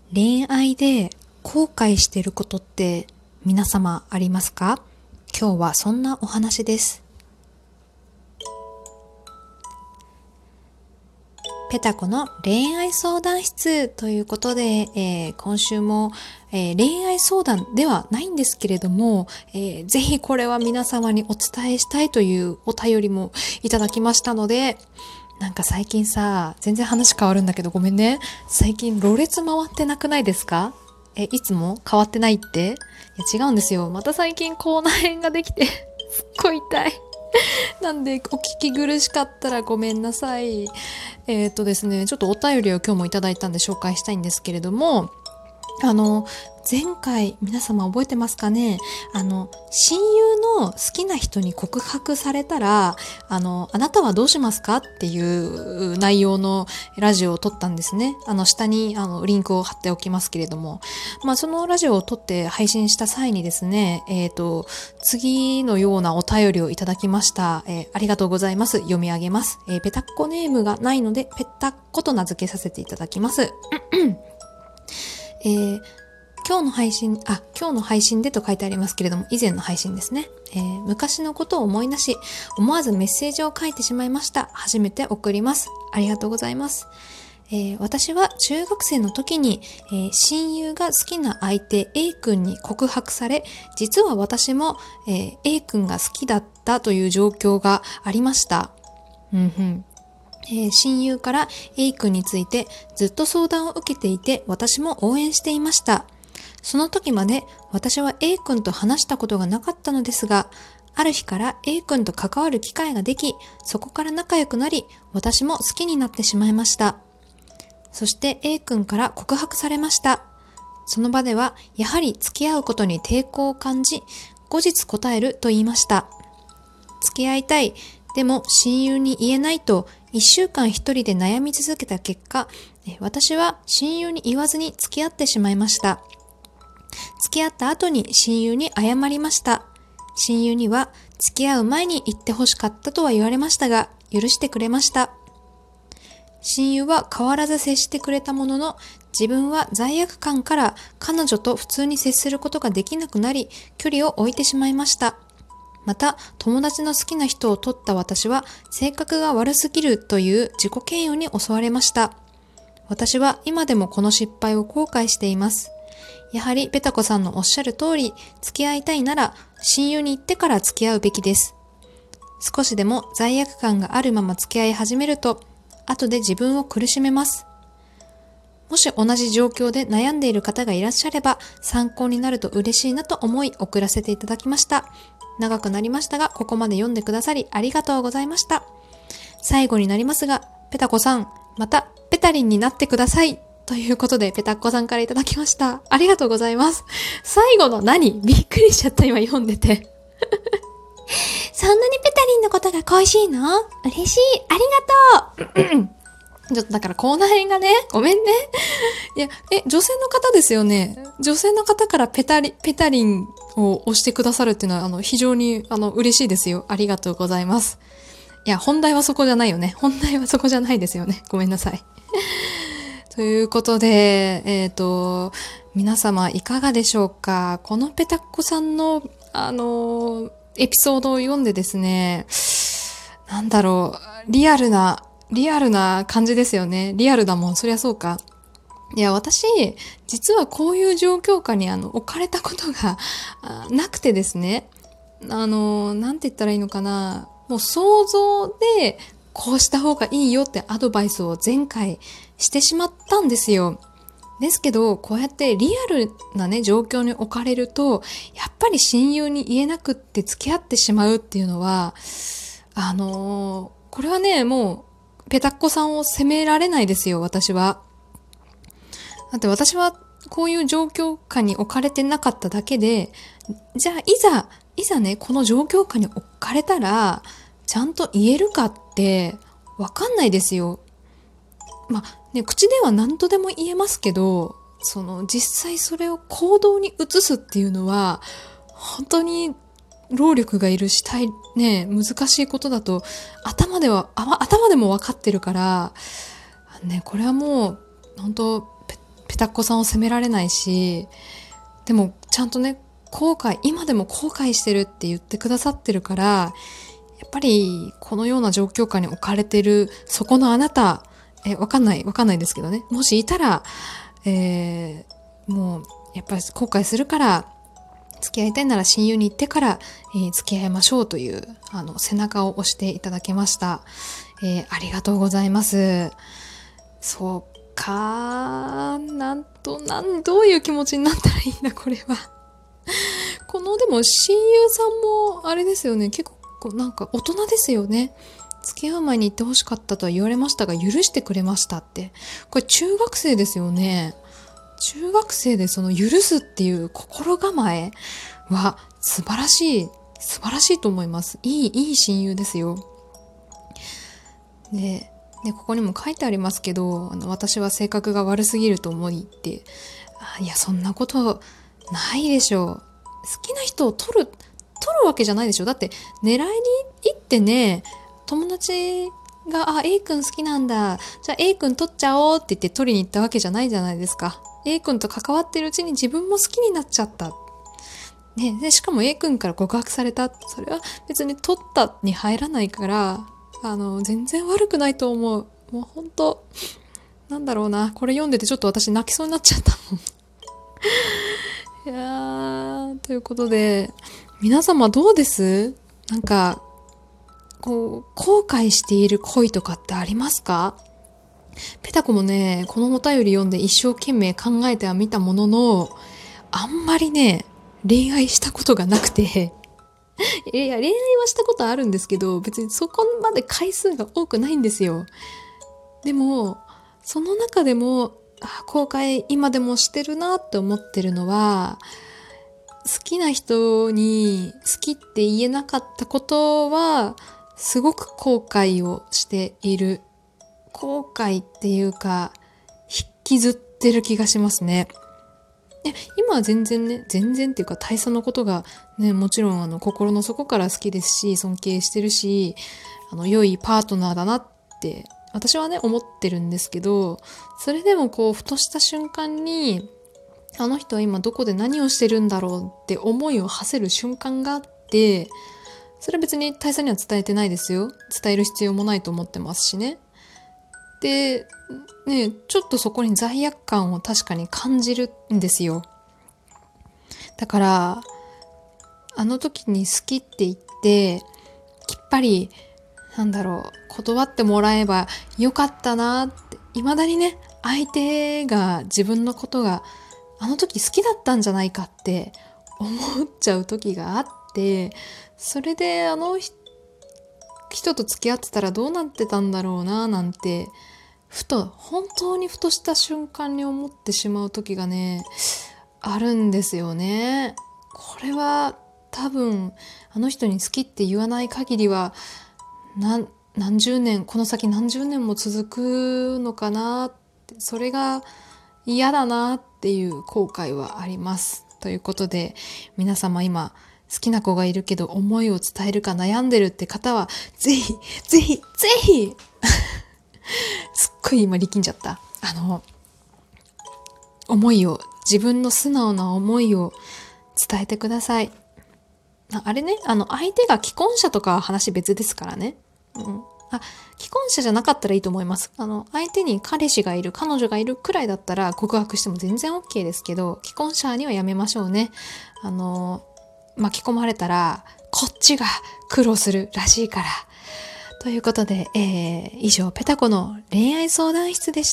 恋愛で後悔していることって皆様ありますか？今日はそんなお話です。ペタコの恋愛相談室ということで、今週も、恋愛相談ではないんですけれども、ぜひこれは皆様にお伝えしたいというお便りもいただきましたので、なんか最近さ、全然話変わるんだけどごめんね。最近ろれつ回ってなくないですか？いつも変わってないって？いや違うんですよ。また最近口内炎ができてすっごい痛い。なんでお聞き苦しかったらごめんなさい。ですね、ちょっとお便りを今日もいただいたんで紹介したいんですけれども、前回皆様覚えてますかね？親友の好きな人に告白されたら、あなたはどうしますかっていう内容のラジオを撮ったんですね。下にリンクを貼っておきますけれども、そのラジオを撮って配信した際にですね、次のようなお便りをいただきました。ありがとうございます。読み上げます。ペタッコネームがないので、ペタッコと名付けさせていただきます。今日の配信でと書いてありますけれども、以前の配信ですね。昔のことを思い出し、思わずメッセージを書いてしまいました。初めて送ります。ありがとうございます。私は中学生の時に、親友が好きな相手 A 君に告白され、実は私も、A 君が好きだったという状況がありました。親友から A 君についてずっと相談を受けていて、私も応援していました。その時まで私は A 君と話したことがなかったのですが、ある日から A 君と関わる機会ができ、そこから仲良くなり、私も好きになってしまいました。そして A 君から告白されました。その場ではやはり付き合うことに抵抗を感じ、後日答えると言いました。付き合いたい、でも親友に言えないと1週間一人で悩み続けた結果、私は親友に言わずに付き合ってしまいました。付き合った後に親友に謝りました。親友には付き合う前に言ってほしかったとは言われましたが、許してくれました。親友は変わらず接してくれたものの、自分は罪悪感から彼女と普通に接することができなくなり、距離を置いてしまいました。また、友達の好きな人を取った私は、性格が悪すぎるという自己嫌悪に襲われました。私は今でもこの失敗を後悔しています。やはりペタコさんのおっしゃる通り、付き合いたいなら親友に言ってから付き合うべきです。少しでも罪悪感があるまま付き合い始めると、後で自分を苦しめます。もし同じ状況で悩んでいる方がいらっしゃれば、参考になると嬉しいなと思い送らせていただきました。長くなりましたが、ここまで読んでくださりありがとうございました。最後になりますが、ペタコさん、またペタリンになってください。ということで、ペタッコさんからいただきました。ありがとうございます。最後の何？びっくりしちゃった、今読んでて。そんなにペタリンのことが恋しいの？嬉しい。ありがとう。ちょっとだから口内炎がね、ごめんね。いや、女性の方ですよね。女性の方からペタリンを押してくださるっていうのは、非常に、嬉しいですよ。ありがとうございます。いや、本題はそこじゃないよね。本題はそこじゃないですよね。ごめんなさい。ということで、皆様いかがでしょうか？このペタッコさんの、エピソードを読んでですね、なんだろう、リアルな感じですよね。リアルだもん。そりゃそうか。いや、私、実はこういう状況下に置かれたことがなくてですね。なんて言ったらいいのかな。もう想像で、こうした方がいいよってアドバイスを前回してしまったんですよ。ですけど、こうやってリアルなね、状況に置かれると、やっぱり親友に言えなくって付き合ってしまうっていうのは、これはね、もう、ペタッコさんを責められないですよ、私は。だって私はこういう状況下に置かれてなかっただけで、じゃあいざね、この状況下に置かれたら、ちゃんと言えるかってわかんないですよ。口では何とでも言えますけど、実際それを行動に移すっていうのは、本当に労力がいるし、難しいことだと、頭でも分かってるから、ね、これはもう、本当ペペタッコさんを責められないし、でもちゃんとね、今でも後悔してるって言ってくださってるから、やっぱりこのような状況下に置かれてるそこのあなた、わかんないですけどね、もしいたら、もうやっぱり後悔するから付き合いたいなら親友に言ってから、付き合いましょうという背中を押していただけました。ありがとうございます。そうか、どういう気持ちになったらいいんだこれは。でも親友さんもあれですよね、結構なんか大人ですよね。付き合う前に言ってほしかったとは言われましたが許してくれましたって、これ中学生ですよね。中学生でその許すっていう心構えは素晴らしいと思います。いい親友ですよ。で、ここにも書いてありますけど、私は性格が悪すぎると思いって、いやそんなことないでしょう。好きな人を取るわけじゃないでしょ。だって狙いに行ってね、友達がA 君好きなんだ、じゃあ A 君取っちゃおうって言って取りに行ったわけじゃないじゃないですか。A 君と関わってるうちに自分も好きになっちゃった、ね、でしかも A 君から告白された。それは別に取ったに入らないから全然悪くないと思う。もう本当なんだろうな、これ読んでてちょっと私泣きそうになっちゃったいやー、ということで皆様どうです？なんか後悔している恋とかってありますか？ペタコもね、このお便り読んで一生懸命考えてはみたものの、あんまりね、恋愛したことがなくていや、恋愛はしたことあるんですけど、別にそこまで回数が多くないんですよ。でも、その中でも、後悔今でもしてるなって思ってるのは、好きな人に好きって言えなかったことは、すごく後悔をしている。後悔っていうか、引きずってる気がしますね。今は全然っていうか大佐のことがね、もちろん心の底から好きですし、尊敬してるし、良いパートナーだなって私はね思ってるんですけど、それでもふとした瞬間にあの人は今どこで何をしてるんだろうって思いを馳せる瞬間があって、それは別に大佐には伝えてないですよ。伝える必要もないと思ってますしね。で、ね、ちょっとそこに罪悪感を確かに感じるんですよ。だから、あの時に好きって言って、きっぱり、断ってもらえばよかったなって、未だにね、相手が自分のことがあの時好きだったんじゃないかって思っちゃう時があって、それで人と付き合ってたらどうなってたんだろうななんて本当にふとした瞬間に思ってしまう時がねあるんですよね。これは多分あの人に好きって言わない限りはこの先何十年も続くのかなって、それが嫌だなっていう後悔はあります。ということで皆様今好きな子がいるけど思いを伝えるか悩んでるって方はぜひすっごい今力んじゃった。自分の素直な思いを伝えてください。あれね、相手が既婚者とかは話別ですからね。既婚者じゃなかったらいいと思います。相手に彼氏がいる、彼女がいるくらいだったら告白しても全然 OK ですけど、既婚者にはやめましょうね。巻き込まれたらこっちが苦労するらしいから。ということで、以上ペタコの恋愛相談室でした。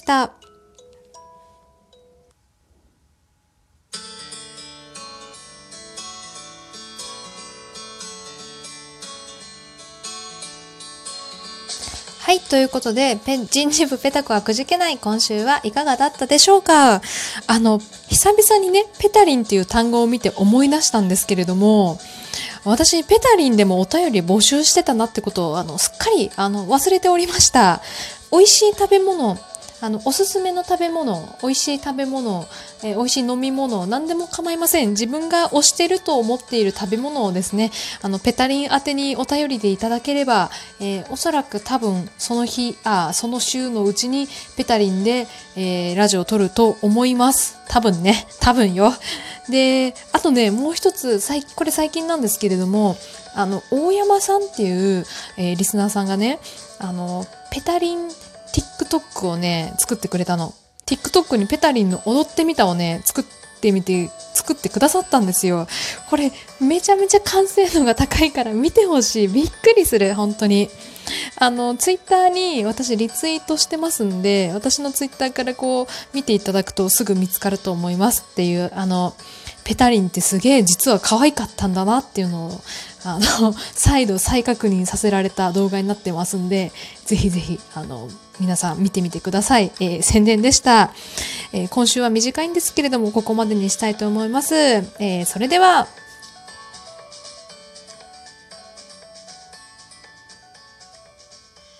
はい、ということで人事部ペタコはくじけない、今週はいかがだったでしょうか。久々にねペタリンっていう単語を見て思い出したんですけれども、私ペタリンでもお便り募集してたなってことをすっかり忘れておりました。美味しい食べ物、 おすすめの食べ物、美味しい食べ物、美味しい飲み物、何でも構いません。自分が推してると思っている食べ物をですね、ペタリン宛てにお便りでいただければ、おそらく多分その週のうちにペタリンで、ラジオを撮ると思います。多分よ。で、あとね、もう一つ、これ最近なんですけれども、大山さんっていう、リスナーさんがね、ペタリン TikTok をね、作ってくれたの。TikTok にペタリンの踊ってみたをね、作ってくださったんですよ。これ、めちゃめちゃ完成度が高いから見てほしい。びっくりする、本当に。ツイッターに私リツイートしてますんで、私のツイッターから見ていただくとすぐ見つかると思いますっていう、ペタリンってすげえ実は可愛かったんだなっていうのを、再確認させられた動画になってますんで、ぜひぜひ、皆さん見てみてください。宣伝でした。今週は短いんですけれども、ここまでにしたいと思います。それでは、